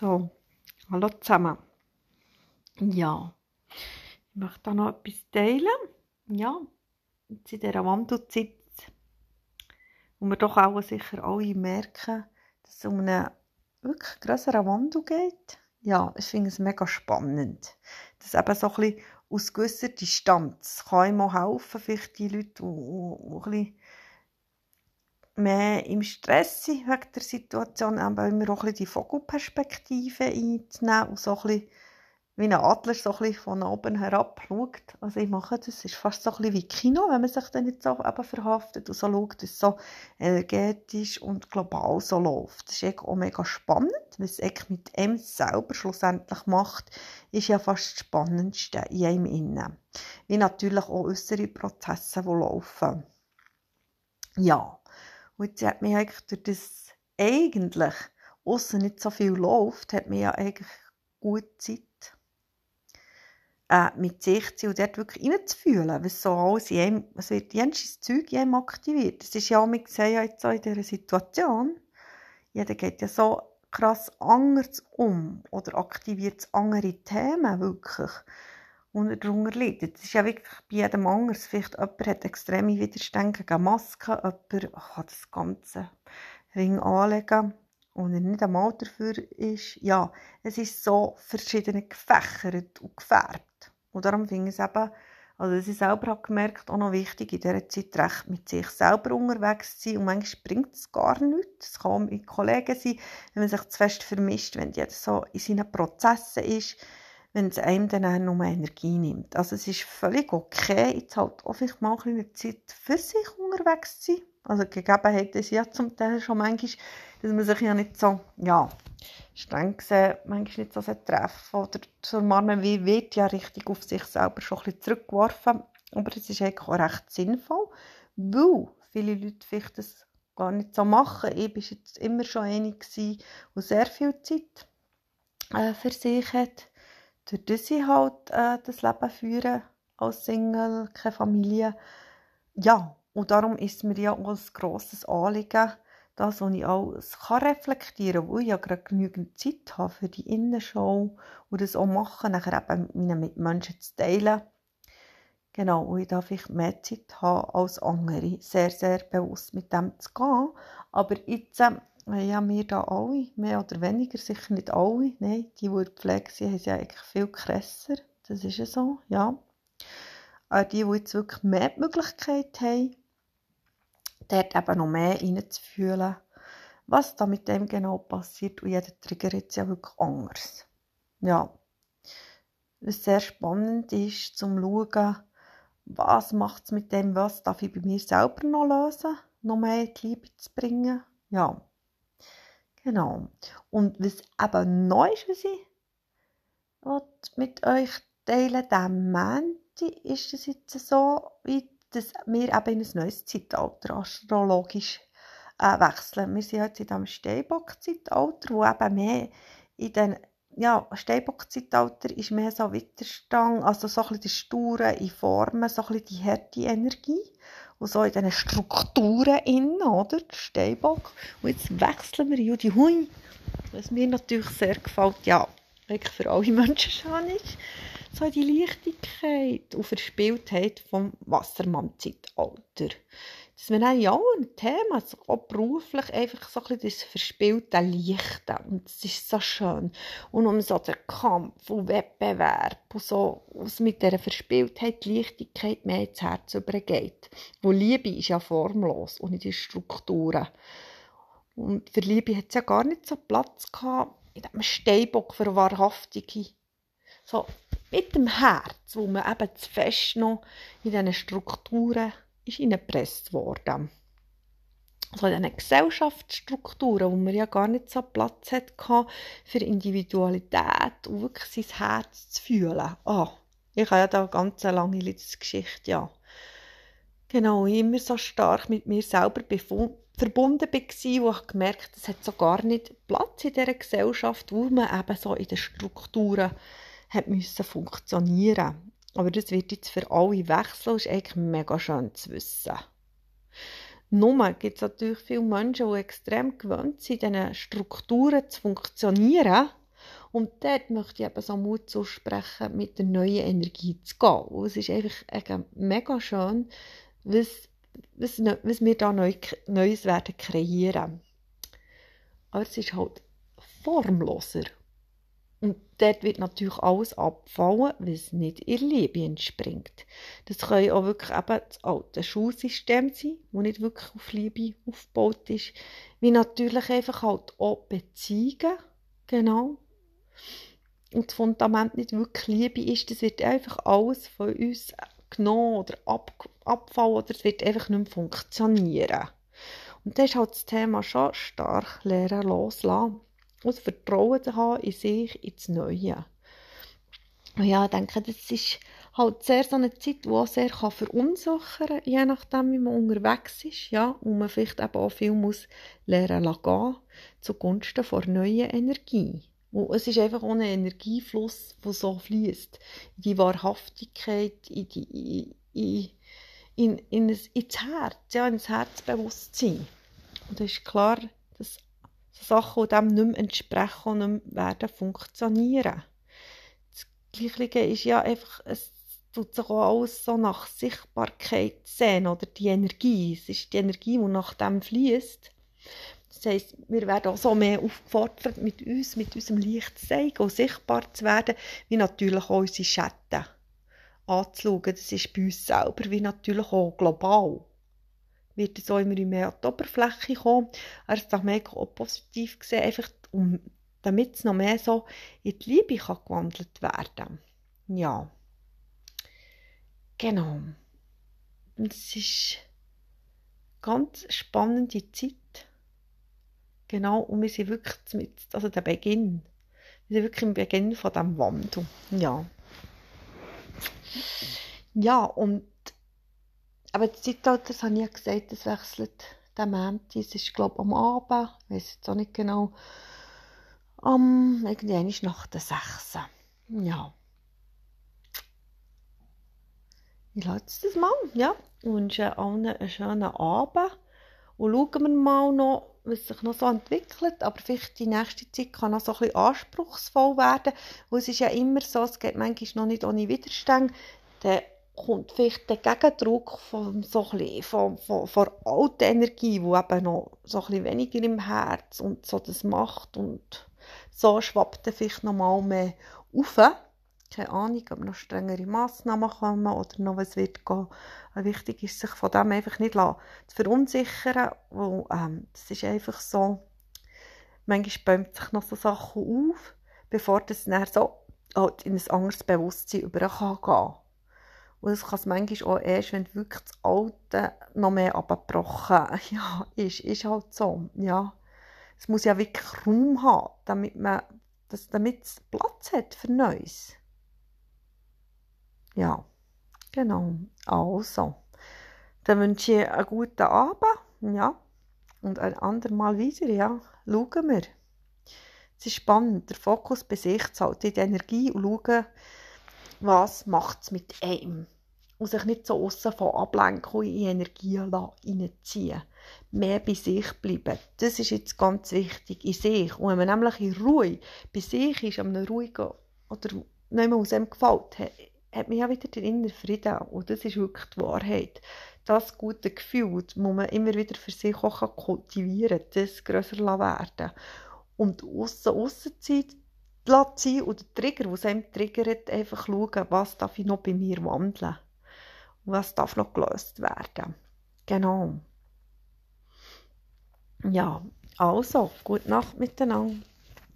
So, hallo zusammen. Ja, ich möchte da noch etwas teilen. Ja, jetzt in dieser Wandelzeit, wo wir doch auch sicher alle merken, dass es um einen wirklich grösseren Wandel geht. Ja, ich finde es mega spannend. Das eben so ein bisschen aus gewisser Distanz kann ihm auch helfen, vielleicht die Leute, die ein bisschen mehr im Stress sind wegen der Situation, aber immer auch ein bisschen die Vogelperspektive einzunehmen und so ein bisschen wie ein Adler so ein bisschen von oben herab schaut. Also ich mache das, ist fast so ein bisschen wie Kino, wenn man sich dann nicht so eben verhaftet und so schaut, dass es so energetisch und global so läuft. Das ist auch mega spannend, was es mit einem selber schlussendlich macht, ist ja fast das Spannendste in einem innen. Wie natürlich auch äußere Prozesse, die laufen. Ja, und jetzt hat man eigentlich durch das eigentlich aussen nicht so viel läuft, hat man ja eigentlich gut Zeit, mit sich zu und dort wirklich reinzufühlen, was so alles in einem, es wird jenes Zeug in einem aktiviert. Das ist ja auch, wir sehen ja jetzt auch in dieser Situation, jeder geht ja so krass anders um oder aktiviert andere Themen wirklich, und er darunter leidet. Das ist ja wirklich bei jedem anders. Vielleicht jemand hat extreme Widerstände gegen Masken, jemand kann das ganze Ring anlegen und er nicht einmal dafür ist. Ja, es ist so verschieden gefächert und gefärbt. Und darum finde ich es eben, also dass ich selber habe gemerkt, auch noch wichtig, in dieser Zeit recht mit sich selber unterwegs zu sein. Und manchmal bringt es gar nichts. Es kann auch mit Kollegen sein, wenn man sich zu fest vermischt, wenn jeder so in seinen Prozessen ist, wenn es einem dann auch nur Energie nimmt. Also es ist völlig okay, jetzt halt auch vielleicht mal eine Zeit für sich unterwegs zu sein. Also die Gegebenheiten sind ja zum Teil schon manchmal, dass man sich ja nicht so, ja, streng gesehen, manchmal nicht so treffen oder zur Marme wird ja richtig auf sich selber schon ein bisschen zurückgeworfen. Aber das ist eigentlich auch recht sinnvoll, weil viele Leute vielleicht das gar nicht so machen. Ich war jetzt immer schon eine, die sehr viel Zeit für sich hat. Durch das ich halt das Leben führe als Single, keine Familie. Ja, und darum ist mir ja auch ein grosses Anliegen, das, was ich alles reflektieren kann, weil ich ja gerade genügend Zeit habe für die Innenschau und das auch machen, nachher eben mit meinen Mitmenschen zu teilen. Genau, und ich darf vielleicht mehr Zeit haben als andere, sehr, sehr bewusst mit dem zu gehen. Aber jetzt haben wir da alle, mehr oder weniger, sicher nicht alle, nein, die in der Pflege sind, haben es ja eigentlich viel krasser, das ist ja so, ja. Die jetzt wirklich mehr die Möglichkeit haben, dort eben noch mehr reinzufühlen, was da mit dem genau passiert. Und jeder Trigger jetzt ja wirklich anders. Ja, was sehr spannend ist, zum schauen, was macht es mit dem, was darf ich bei mir selber noch lösen, noch mehr in die Liebe zu bringen. Ja, genau. Und was eben neu ist, was ich mit euch teilen, diesen Montag, ist es jetzt so, wie dass wir eben in ein neues Zeitalter astrologisch wechseln. Wir sind jetzt in diesem Steinbock-Zeitalter, wo eben mehr in den Steinbock-Zeitalter ist mehr so Widerstand, also so ein bisschen die Sture in Formen, so ein bisschen die harte Energie und so in diesen Strukturen innen, oder? Der Steinbock. Und jetzt wechseln wir in die Hui, was mir natürlich sehr gefällt, ja, wirklich für alle Menschen schon ist, so die Leichtigkeit und Verspieltheit vom Wassermann-Zeitalter. Dass wir dann ja ein Thema, also auch beruflich, einfach so ein bisschen das verspielte Leichte. Und das ist so schön. Und um so den Kampf und Wettbewerb und so, was mit dieser Verspieltheit, Leichtigkeit mehr ins Herz übergeht. Wo Liebe ist ja formlos und nicht in Strukturen. Und für Liebe hat es ja gar nicht so Platz gehabt in diesem Steinbock für Wahrhaftige. So mit dem Herz, wo man eben zu fest noch in diesen Strukturen ist hineingepresst worden. Also in diesen Gesellschaftsstrukturen, wo man ja gar nicht so Platz hatte für Individualität und wirklich sein Herz zu fühlen. Ich habe ja da eine ganz lange Geschichte, ja. Genau, immer so stark mit mir selber verbunden war und ich gemerkt, es hat so gar nicht Platz in dieser Gesellschaft, wo man eben so in den Strukturen hat müssen funktionieren. Aber das wird jetzt für alle wechseln, ist eigentlich mega schön zu wissen. Nur gibt es natürlich viele Menschen, die extrem gewöhnt sind, in diesen Strukturen zu funktionieren Und dort möchte ich eben so Mut zusprechen, mit der neuen Energie zu gehen. Und es ist einfach mega schön, was wir da Neues werden kreieren. Aber es ist halt formloser. Und dort wird natürlich alles abfallen, was nicht ihrer Liebe entspringt. Das kann auch wirklich eben das alte Schulsystem sein, das nicht wirklich auf Liebe aufgebaut ist. Wie natürlich einfach halt auch Beziehungen, genau. Und das Fundament nicht wirklich Liebe ist, das wird einfach alles von uns genommen oder abfallen oder es wird einfach nicht mehr funktionieren. Und das ist halt das Thema schon stark lernen, loslassen. Und Vertrauen zu haben in sich, ins Neue. Und ja, ich denke, das ist halt sehr so eine Zeit, die auch sehr verunsichern kann, je nachdem, wie man unterwegs ist. Ja, und man vielleicht eben auch viel muss lernen gehen, zugunsten von neuer Energie. Und es ist einfach auch ein Energiefluss, der so fließt. In die Wahrhaftigkeit, ins Herz, ja, ins Herzbewusstsein. Und es ist klar, dass Sachen, die dem nicht mehr entsprechen und nicht mehr werden funktionieren. Das Gleiche ist ja einfach, es tut sich auch alles so nach Sichtbarkeit sehen, oder die Energie. Es ist die Energie, die nach dem fließt. Das heisst, wir werden auch so mehr aufgefordert, mit unserem Licht zu zeigen und sichtbar zu werden, wie natürlich auch unsere Schatten anzuschauen. Das ist bei uns selber, wie natürlich auch global. Wird es auch immer mehr an die Oberfläche kommen. Er ist auch mega positiv gesehen, einfach damit es noch mehr so in die Liebe gewandelt werden kann. Ja. Genau. Und es ist eine ganz spannende Zeit. Genau, und wir sind wirklich der Beginn. Wir sind wirklich im Beginn von diesem Wandel. Ja. Ja, und aber das Zeitalter, das habe ich ja gesagt, das wechselt den Montag. Es ist, glaube ich, am Abend. Ich weiss jetzt auch nicht genau. Irgendwann ist nach der 6. Ja. Ich lasse das mal, ja. Und wünsche allen einen schönen Abend. Und schauen wir mal noch, was sich noch so entwickelt. Aber vielleicht die nächste Zeit kann noch so ein bisschen anspruchsvoll werden. Weil es ist ja immer so, es geht manchmal noch nicht ohne Widerstand. Dann kommt vielleicht der Gegendruck von alter Energie, die eben noch so ein bisschen weniger im Herz und so das macht. Und so schwappt dann vielleicht noch mal mehr rauf. Keine Ahnung, ob noch strengere Massnahmen kommen oder noch was wird gehen. Wichtig ist, sich von dem einfach nicht zu verunsichern, weil das ist einfach so, manchmal bäumt sich noch so Sachen auf, bevor das dann so halt in ein anderes Bewusstsein über gehen kann. Und das kann es manchmal auch erst, wenn wirklich das Alte noch mehr abgebrochen ist halt so, ja. Es muss ja wirklich Raum haben, damit es Platz hat für Neues. Ja, genau. Also, dann wünsche ich einen guten Abend, ja. Und ein andermal wieder, ja. Schauen wir. Es ist spannend, den Fokus bei sich zu halten, die Energie und schauen, was macht es mit einem. Und sich nicht so aussen von ablenken und in Energie reinziehen. Mehr bei sich bleiben. Das ist jetzt ganz wichtig, in sich. Und wenn man nämlich in Ruhe bei sich ist, an einem ruhigen oder nicht mehr aus einem gefällt, hat man ja wieder den inneren Frieden. Und das ist wirklich die Wahrheit. Das gute Gefühl, das man immer wieder für sich auch kultivieren kann, das grösser werden. Und Aussenzeit sein und der Trigger, der einem triggert, einfach schauen, was darf ich noch bei mir wandeln. Und was darf noch gelöst werden. Genau. Ja, also, gute Nacht miteinander.